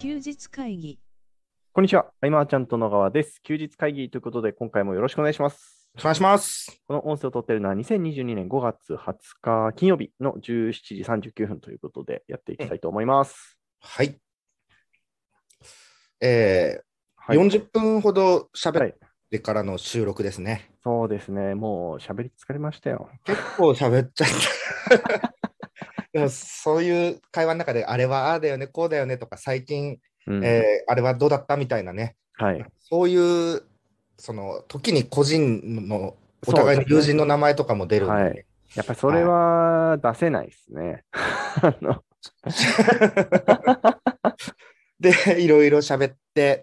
休日会議。 こんにちは。アイマーちゃんと野川です。休日会議ということで、今回もよろしくお願いします。 お願いします。 この音声を撮っているのは2022年5月20日金曜日の17時39分ということでやっていきたいと思います。 はい。 はい、 40分ほど喋っはい。 てからの収録ですね。 そうですね。もう喋り疲れましたよ。 結構喋っちゃった。でもそういう会話の中で、あれはああだよね、こうだよねとか、最近、 うん。 あれはどうだったみたいなね。 はい。 そういう、その時に個人のお互いのそうですね。 友人の名前とかも出るんはい。 で、 やっぱりそれはい。 は出せないですね。 で、いろいろ喋って、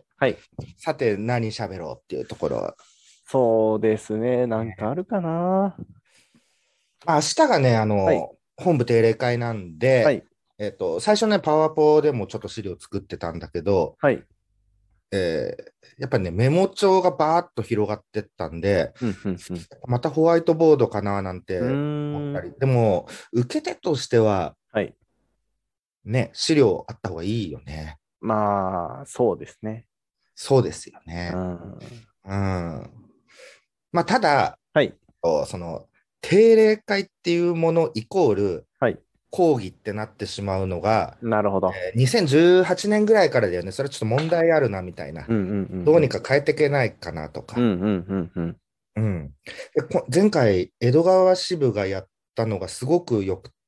はい。 さて何喋ろうっていうところ。 そうですね。なんかあるかな。 明日がね、 はい。 本部定例会なんで、 はい。 最初ね、パワポでもちょっと資料作ってたんだけど、 はい。 やっぱりね、メモ帳がバーッと広がってったんで、 うん、うん、うん。 またホワイトボードかななんうて思っーん。 たり、でも、受け手としては、 はい。 ね、資料あった方がいいよね。 まあ、そうですね。 そうですようね。 ん。 うん。まあ、ただ、 はい。 その、定例会っていうものイコール、 はい。 講義ってなってしまうのが、 なるほど。 2018年ぐらいからだよね。それはちょっと問題あるなみたいな。 うんうんうんうん。 どうにか変えていけないかなとか。 うんうんうんうん。 うん。前回、江戸川支部がやったのがすごくよくって、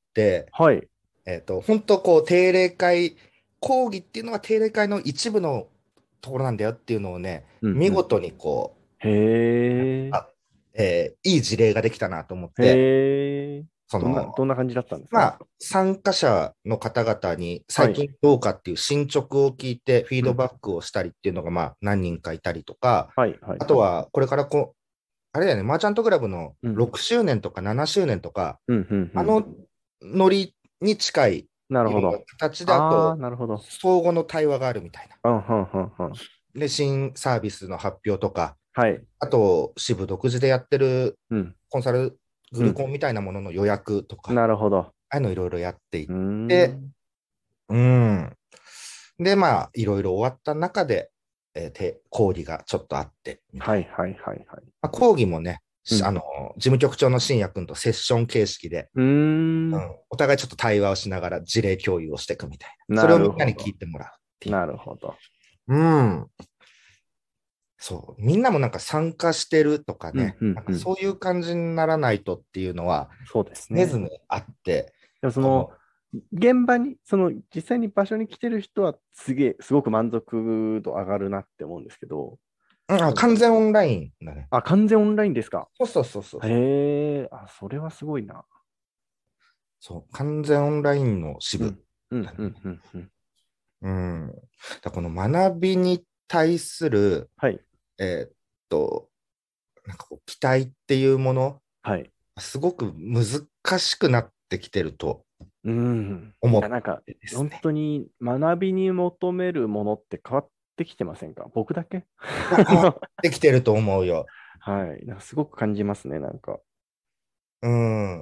はい。 本当こう、定例会、講義っていうのは定例会の一部のところなんだよっていうのをね、 うんうん。 見事にこへう、 え。 いい事例ができたなと思って、 へえ。どんな、 その、 どんな感じだったんですか？ まあ、参加者の方々にはい。 最近どうかっていう進捗を聞いてフィーうん。 ドバックをしたりっていうのがまあ何人かいたりとか、 はいはいはい。 あとはこれからあれだよね、マーチャントクラブのうん。 6周年とか7周年とか、 うんうんうん。 あのノリに近いいろんななるほど。 形で、あああ、 と、 なるほど。 相互の対話があるみたいな。 うんうんうんうん。 で、新サービスの発表とか、 はい。 あと、支部独自でやってるうん。 コンサル、グうん。 ルコンみたいなものの予約とか、 なるほど。 ああいうのいろいろやっていっうーて、 ん。 うん。で、まあ、いろいろ終わった中で、講義がちょっとあって、みたいな。 はいはいはいはい。 まあ、講義もね、 うん。 事務局長の信也君とセッション形式で、 うーん。 お互いちょっと対話をしながら事例共有をしていくみたいな。それなをみんなに聞るほど。 いてもらうっていう。 なるほど。 うん。そう。みんなもなんか参加してるとかうんね、 うんうん。 なんかそういう感じにならないとっていうのはそうですね。 常々あって、 でもその、現場に、実際に場所に来てる人はすごく満足度上がるなって思うんですけど、 完全オンラインだね。 あ、完全オンラインですか？ そうそうそうそうそう。 へえ、あ、それはすごいな。 そう、完全オンラインの支部うん、うん、 だね。 うん、うん、うん。 うん。この学びに対する、 はい、 えーっと、なんかこう、期待っていうもの、 はい。 すごく難しくなってきてるとうん。いや、 思っなんか、本てですね。 当に学びに求めるものって変わってきてませんか？僕だけ？ いや、変わってきてると思うよ。 はい。なんかすごく感じますね、なんか。 うん。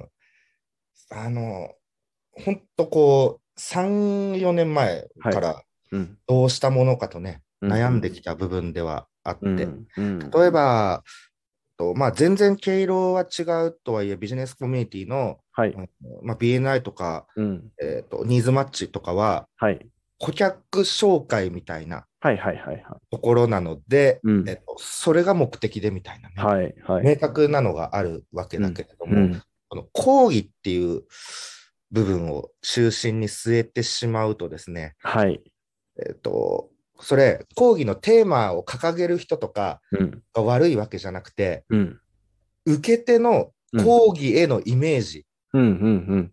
あの、ほんとこう、3、4年前はい。 からうん、 どうしたものかとね、 うん、うん、 悩んできた部分ではあって、 うん、うん。 例えば、まあ、全然毛色は違うとはいえ、ビジネスコミュニティの、 はい、 まあ、BNI とか、 うん。 ニーズマッチとかは、 はい。 顧客紹介みたいなはい、はい、はい、はい。 ところなので、 うん。 それが目的でみたいなね、 はい、はい。 明確なのがあるわけだうん、 けれども、 うん。 この講義っていう部分を中心に据えてしまうとですね、 はい。 えっと、講義のテーマを掲げる人とかうん、 が悪いわけじゃなくて、 うん、 受け手のうん、 講義へのイメージうん、うん、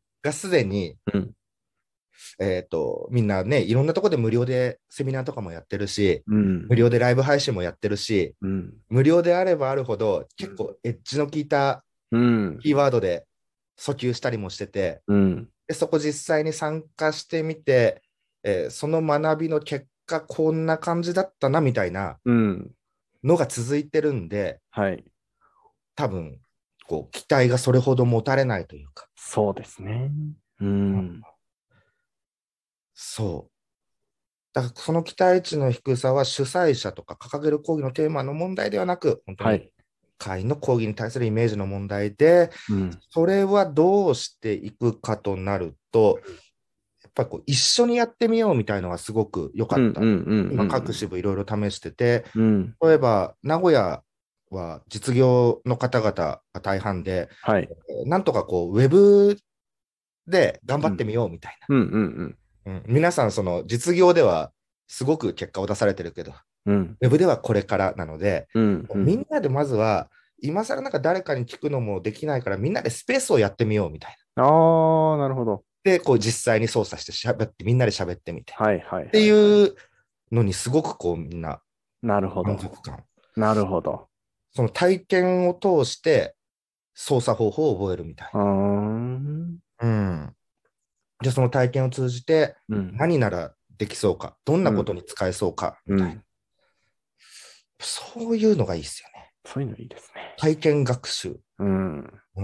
がすでに、 うん、 みんなね、いろんなところで無料でセミナーとかもやってるし、 うん、 無料でライブ配信もやってるし、 うん、 無料であればあるほど、結構エッジの効いたうん、 キーワードで訴求したりもしてて、 うん、 でそこ実際に参加してみて、その学びの結果、こんな感じだったなみたいなうん。 のが続いてるんで、 はい。 多分こう期待がそれほど持たれないというか、 そうですね。ううん、 ん。 そう。 だからその期待値の低さは主催者とか掲げる講義のテーマの問題ではなく、本当にはい。 会員の講義に対するイメージの問題で、 うん。 それはどうしていくかとなると、やっぱりこう一緒にやってみようみたいのがすごく良かうん。 った。 うん。うん。 今、各支部いろいろ試してて、 うん。 例えば名古屋は実業の方々が大半で、 はい。 なんとかこうウェブで頑張うん。 ってみようみたいうん。うん。 な。皆さん、その実業ではすごく結果を出されてるけど、 うん。 ウェブではこれからなので、 うん。うん。 みんなでまずは、今更なんか誰かに聞くのもできないから、みんなでスペースをやってみようみたいな。 ああ、なるほど。 で、こう実際に操作して喋って、みんなで喋ってみて。 はいはいってはいはい。 いうのにすごくこうみんななるほど。 満足感。 なるほど。 その体験を通して操作方法を覚えるみたいうーん。 な。じゃあその体験を通じてうん。 何ならできそうか、どんなことうん。 に使えそうかみたいな。 うん。 そういうのがいいですよね。 そういうのいいですね。 体験学習。 うん。 うん。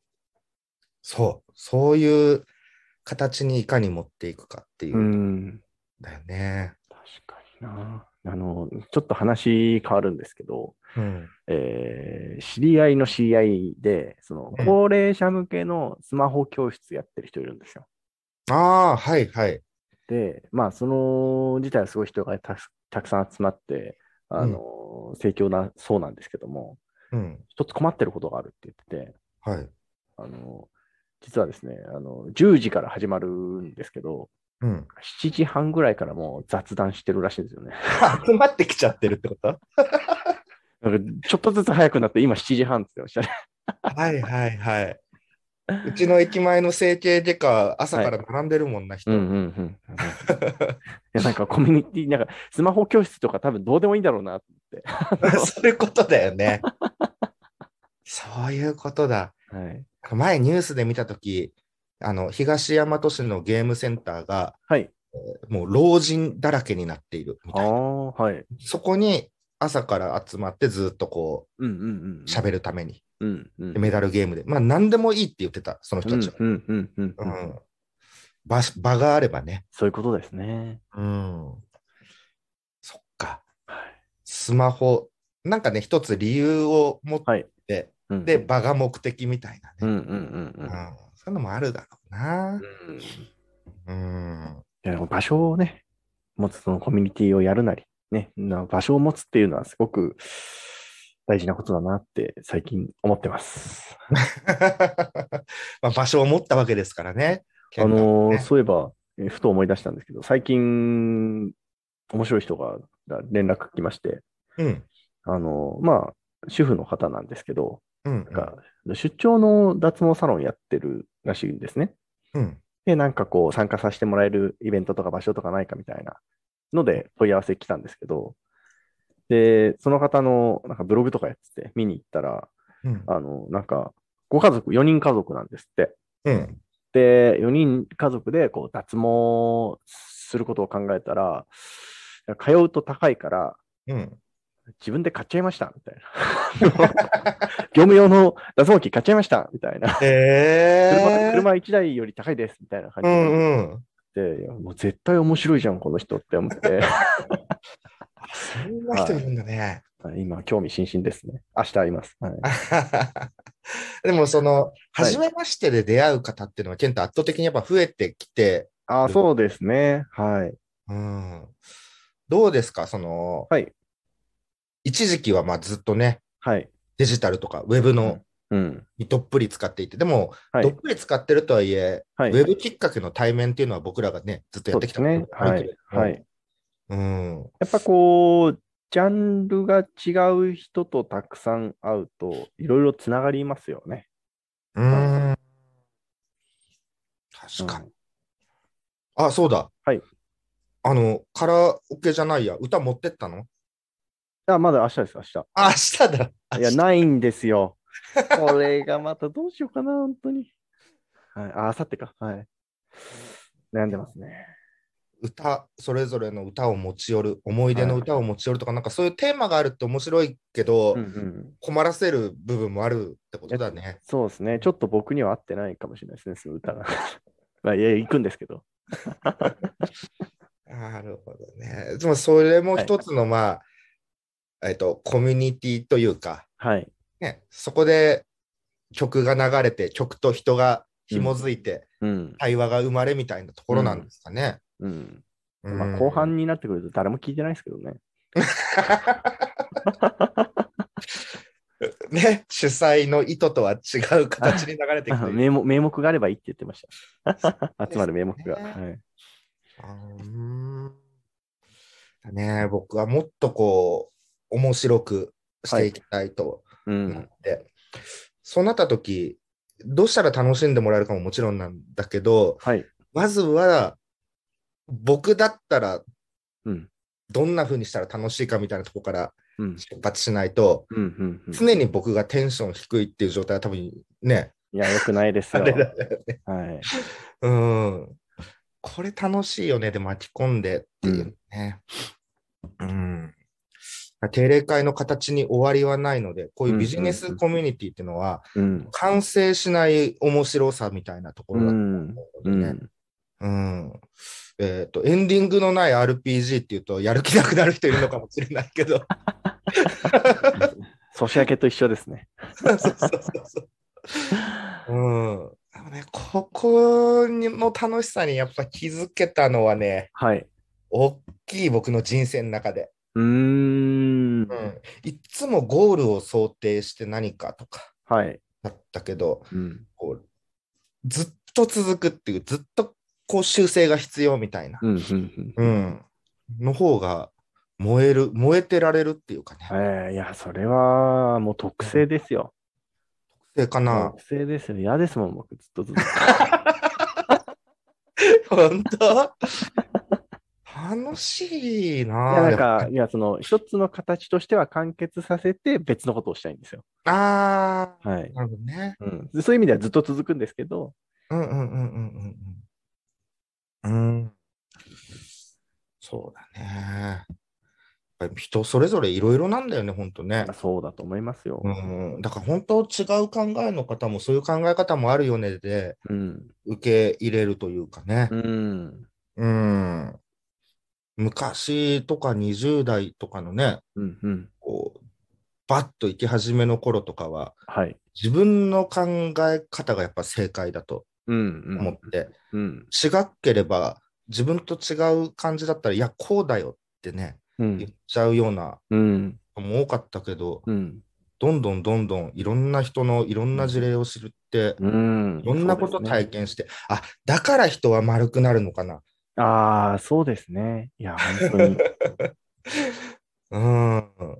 そういう形にいかに持っていくかっていうう、 ん。 だよね。 確かにな。ちょっと話変わるんですけど、 うん。 知り合いの知り合いで、そのうん。 高齢者向けのスマホ教室やってる人いるんですよ。 ああ、はいはい。 で、まあ、その自体はすごい人がたくさん集まって、 うん。 盛況なそうなんですけども、 うん。 一つ困ってることがあるって言ってて、 はい。 あの、実はですね、10時から始まるんですけど、 うん。 7時半ぐらいからもう雑談してるらしいんですよね。 集まってきちゃってるってこと？ なんかちょっとずつ早くなって、今7時半って言ってましたね。 はいはいはい。うちの駅前の整形外科、朝はい。 から並んでるもんな、人。 うんうんうん。いや、なんかコミュニティ、なんかスマホ教室とか多分どうでもいいんだろうなって。 そういうことだよね。そういうことだ。 はい。 前ニュースで見たとき、東大和市のゲームセンターが、 はい。 もう老人だらけになっているみあたいな。 あ、はい。 そこに朝から集まってずっとこう、 うんうん喋るために。 うんうん。うんメダルゲームで。まあ何でもいいって言ってた、そのうん人たちは。 うんうんうんうん。 うん。場があればね。 そういうことですね。 うん。そっか。 はい。 スマホ、なんかね、一つ理由を持っはい。 て、で、 うんうん場が目的みたいなね。 うんうんうんうん。 うん。そういうのもあるだろうな。 うん。 うん。 いや、場所をね、持つそのコミュニティをやるなり、ね、場所を持つっていうのはすごく大事なことだなって最近思ってます。 まあ、場所を持ったわけですからね。県がね。 そういえば、ふと思い出したんですけど、最近面白い人が連絡来まして、 うん。 まあ、主婦の方なんですけど、 うん。 なんか、出張の脱毛サロンやってるらしいんですね。 うん。 で、なんかこう、参加させてもらえるイベントとか場所とかないかみたいなので問い合わせ来たんですけど、で、その方のなんかブログとかやってて見に行ったら、 うん。 なんか、ご家族、4人家族なんですって。 うん。 で、4人家族でこう脱毛することを考えたら、通うと高いから、 うん。 自分で買っちゃいました、みたいな。業務用の脱毛器買っちゃいました、みたいな。車1台より高いです、みたいな感うじでんうん。 言って、いやもう絶対面白いじゃん、この人って思って。 そんな人いはるんだね。 い。今、興味津々ですね。明日会います。はい。 でも、 はい。 初めましてで出会う方っていうのは、ケント圧倒的にやっぱ増えてきてあ、 る。 そうですね。はい。 うん。どうですかはい。 一時期はまあずっとね、 はい。 デジタルとかウェブのうん。うん。 どっぷり使っていて、でも、 はい。 どっぷり使ってるとはいえ、 はい。 ウェブきっかけの対面っていうのは僕らがね、ずっとやってきたことそうですね。 も多いけはい。 れども、 はい。 うん。 やっぱこう、ジャンルが違う人とたくさん会うと、いろいろつながりますよね。 ううん。 ーん、 うん。 確かに。あ、そうだ。 はい。 カラオケじゃないや。歌持ってったの？ あ、まだ明日です、明日。 あ、明日だ。明いや、 日。 ないんですよ。これがまたどうしようかな、本当に。はい。あ、明後日か。はい。悩んでますね。 それぞれの歌を持ち寄る、思い出のはい。 歌を持ち寄るとか、なんかそういうテーマがあるって面白いけうんど、 うん。 困らせる部分もあるってこいや、 とだね。 そうですね。ちょっと僕には合ってないかもしれないですね、その歌が。まあ、いや、行くんですけど。 なるほどね。でもそれもはい。 一つの、まあ、コミュニティというか、 はい。 ね、そこで曲が流れて、曲と人が紐うん。 づいて、 うん。 対話が生まれみたいなところなんでうん。 すかね。 うん。 うまあ、後ん。 半になってくると誰も聞いてないですけどね。 ね、主催の意図とは違う形に流れていくという。 名目があればいいって言ってました。集までする名目が。 ね。 はい。 ね、僕はもっとこう、面白くしはい。 ていきたいと思っうん。 て、そうなった時、どうしたら楽しんでもらえるかももちろんなんだけど、 はい。 まずは僕だったらうん。 どんな風にしたら楽しいかみたいなところからうん。 出発しないと、 うん。うん。うん。 常に僕がテンション低いっていう状態は多分ね、 いや、よくないですあれだよ。 よね。 はい。 うん。これ楽しいよねで巻き込んでっていううん。 ね。うん。定例会の形に終わりはないので、こういうビうん。うん。 ジネスコミュニティっていうのは、 うん。 完成しない面白さみたいなとこうろだとん。 思うのでね。 うん。 うん。エンディングのない RPG っていうと、やる気なくなる人いるのかもしれないけど。 年明けと一緒ですね。 そうそうそうそう。うん。でもね、ここの楽しさにやっぱ気づけたのはね、 はい。 大きい僕の人生の中で。 うーん。 うん。いつもゴールを想定して何かとかはい。 だったけど、 うん。 こうずっと続くっていう、ずっとこう修正が必要みたいな、 うん。うん。うん。 うん、の方が燃えてられるっていうかね。 いや、それはもう特うん、 性ですよ。 それかな。 特性ですよ。嫌ですもん、僕、ずっと続くの。 本当楽しいいや、 な、やっぱり。 いや、その、一つの形としては完結させて別のことをしたいんですよ。 あはい。 あ、なるほどね。 うん。でそういう意味ではずっと続くんですけど、 うんうんうんうんうんうん。うん、そうだね。やっぱり人それぞれいろいろなんだよね、本当ね。 そうだと思いますうよ。 ん、だから本当違う考えの方もそういう考え方もあるよねでうん。 受け入れるというかね。 うん。 うん。昔とか20代とかのね、 うん。うん。 こう、バッと生き始めの頃とかは、 はい。 自分の考え方がやっぱ正解だとうん。 思って、 うん。うん。 違ければ自分と違う感じだったら、いや、こうだよってね、言っうん。 ちゃうようなうん。 のも多かったけど、 うん。 どんどんどんどんいろんな人のいろんな事例を知るって、 うん。 いろんそうなことですね。 体験して、あ、だから人は丸くなるのかな。 ああ、そうですね。いや、本当に。 うん。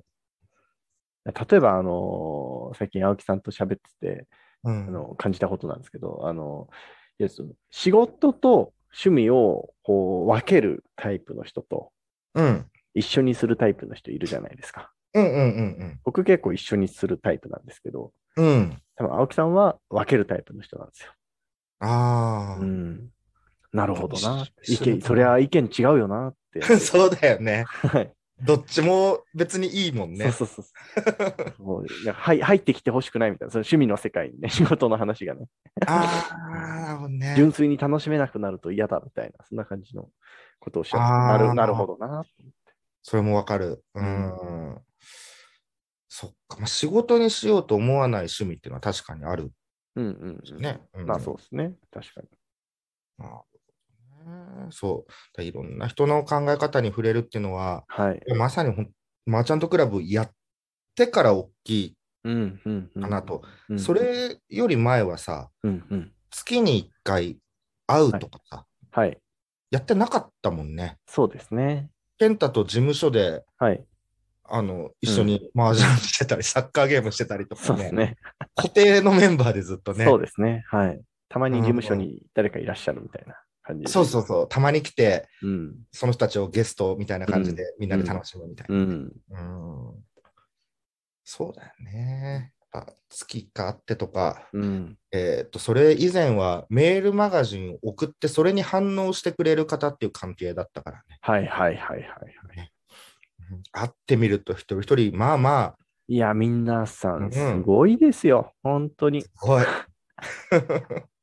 例えば、最近青木さんと喋ってて、 うん。 感じたことなんですけど、いやその仕事と趣味をこう分けるタイプの人と、 うん。 一緒にするタイプの人いるじゃないですか。 うんうんうん僕結構一緒にするタイプなんですけど、 うん。うん。 多分青木さんは分けるタイプの人なんですよ。うああ。 ん。なるほどな。 一緒だかな。 そりゃ意見違うよなってやっぱり。 そうだよね。 はい。 どっちも別にいいもんね。 そうそうそう。そういや入ってきてほしくないみたいな、その趣味の世界にね、仕事の話がね。 ああ、 うん、 なるほどね。 純粋に楽しめなくなると嫌だみたいな、そんな感じのことをおっしゃってて、なるほああ、 どな。 それもわかる。ううん。 ん。そっか。まあ、仕事にしようと思わない趣味っていうのは確かにあるんでうんうんうん。 すね。うまあそうん。 ですね。確かに。 あー、そう。いろんな人の考え方に触れるっていうのは、 はい。 まさにマーチャントクラブやってから大きいうんうんうんかなと。そうんれより前はさ、 うんうん。 月に1回会うはい。 とかさ、 はい。 やってなかったもんね。 そうですね。 健太と事務所で、 はい。 一緒うん。 に麻雀うん。 してたり、サッカーゲームしてたりとかね、 そうですね。 固定のメンバーでずっとそうね、 ですね。はい。たまうに事務所ん、 に誰かいらっしゃるみたいな感じですけど。 そうそうそう、たまに来て、 うん。 その人たちをゲストみたいな感じでうん。 みんなでうん。 楽しむみたいうん。 なね。うん、そうだよね。やっぱ月があってとか、 うん。 それ以前はメールマガジンを送って、それに反応してくれる方っていう関係だったからね。 はいはいはいはいはい。 ね、うん、会ってみると一人一人、まあまいや、皆さあ、うんすん、 ごいですよ。本当に。 すごい。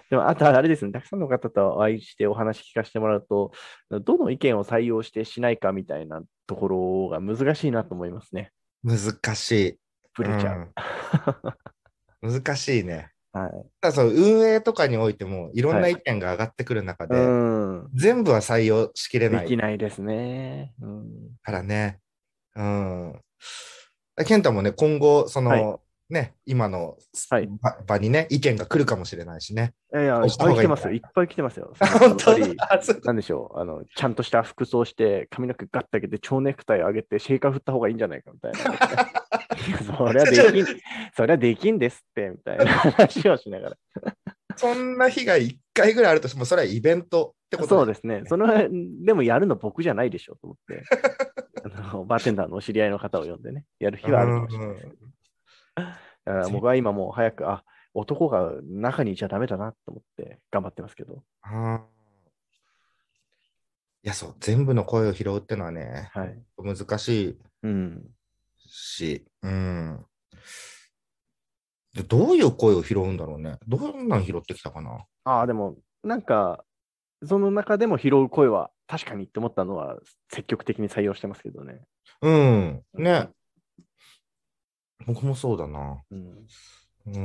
でも、あとあれですね、たくさんの方とお会いしてお話聞かせてもらうと、どの意見を採用してしないかみたいなところが難しいなと思いますね。 難しい。 ブレちゃう。 難しいね。 はい。 ただその運営とかにおいてもいろんはい。 な意見が上がってくる中うで、 ん。 全部は採用しきれなできいないですね。うん。 からね。うん。健太もね、今後、そはい。 の、ね、今のはい。 場にね、意見が来るかもしれないしね。 いやいや、いっこうしたぱい来てますよ。 方がいいんじゃないいっぱい来てますよ。 か。 や本当っぱり、 あそうなんでしょう。ちゃんとした服装して、髪の毛ガッと上げて、蝶ネクタイ上げて、シェイカー振った方がいいんじゃないかみたいなので。いやそりゃできん、そりゃできんですって、みたいな話をしながら。 そんな日が1回ぐらいあるとしても、それはイベントってことだよそうですね。でもやるの僕じゃないでしょうと思って、バーテンダーのお知り合いの方を呼んでね、やる日はあるかもしれないですけど。だから僕は今もう早く、男が中にいちゃダメだなと思って頑張ってますけど。 いや、そう、全部の声を拾うってのはね、 はい。 難しうん。 いし、うん。でどういう声を拾うんだろうね。どんなん拾ってきたかな。 でも、なんか、その中でも拾う声は確かにって思ったのは積極的に採用してますけどね。 うん。 うん。 ね。僕もそうだな。 うん。 うん。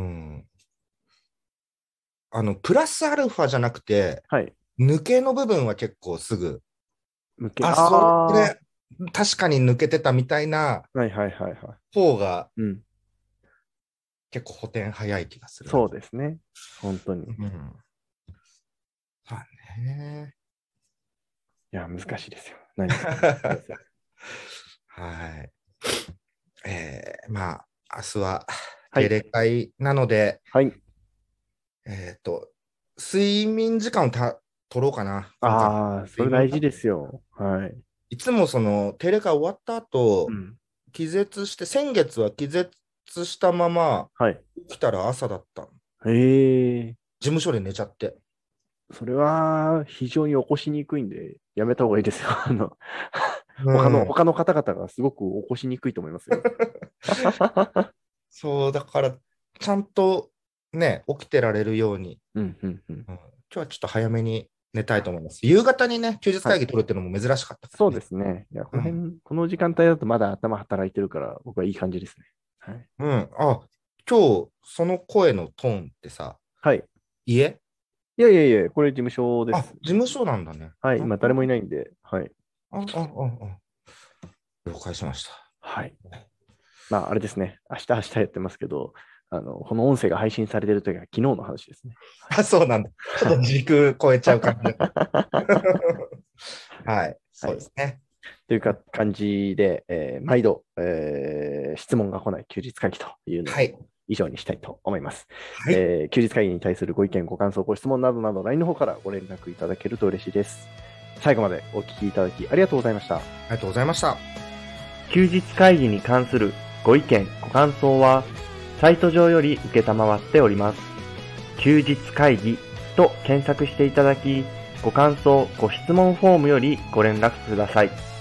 プラスアルファじゃなくて、 はい。 抜けの部分は結構すぐ、 向け、 あ、 あそあ、 れ、確かに抜けてたみたいなはいはいはいは方がい。うん。 結構補填早い気がするな。 そうですね。本当に。いうん。そうね。 や、難しいですよ。何やっても。 はい。まあ、明日ははい。 定例会なので、 はい。 睡眠時間を取ろうかな、今回。 それ睡眠大事ですよ。はい。 いつもその定例会終わった後、 うん。 気絶して、先月は気絶したままはい。 起きたら朝だったの。 ええ、 事務所で寝ちゃって。 それは非常に起こしにくいんで、やめた方がいいですよ。 うん。 他の方々がすごく起こしにくいと思いますよ。 そう、だから、ちゃんとね、起きてられるように、 うんうんうん。 今日はちょっと早めに寝たいと思います。夕方にね、休日はい。 会議取るっていうのも珍しかったからそうでね。 すね。いや、こうん。 の辺、この時間帯だとまだ頭働いてるから、僕はいい感じですね。はい。 うん。あ、今日、その声のトーンってさ、 はい。 家いやいやいや、これ事務所であ、 す。 事務所なんだね。 はい。 あ、 今誰もいないんで、はい。 了解しました。 はい。まあ、あれですね。明日やってますけど、この音声が配信されてるときは昨日の話ですね。 あ、そうなんだ。ちょっと時空超えちゃう感じだけど。はい、 はい。 そうですね。 という感じで、毎度、質問が来ない休日会議というのをはい。 以上にしたいと思います。 はい。 休日会議に対するご意見、ご感想、ご質問などなど LINE の方からご連絡いただけると嬉しいです。最後までお聞きいただきありがとうございました。 ありがとうございました。 休日会議に関するご意見、ご感想は、サイト上より受けたまわっております。休日会議と検索していただき、ご感想、ご質問フォームよりご連絡ください。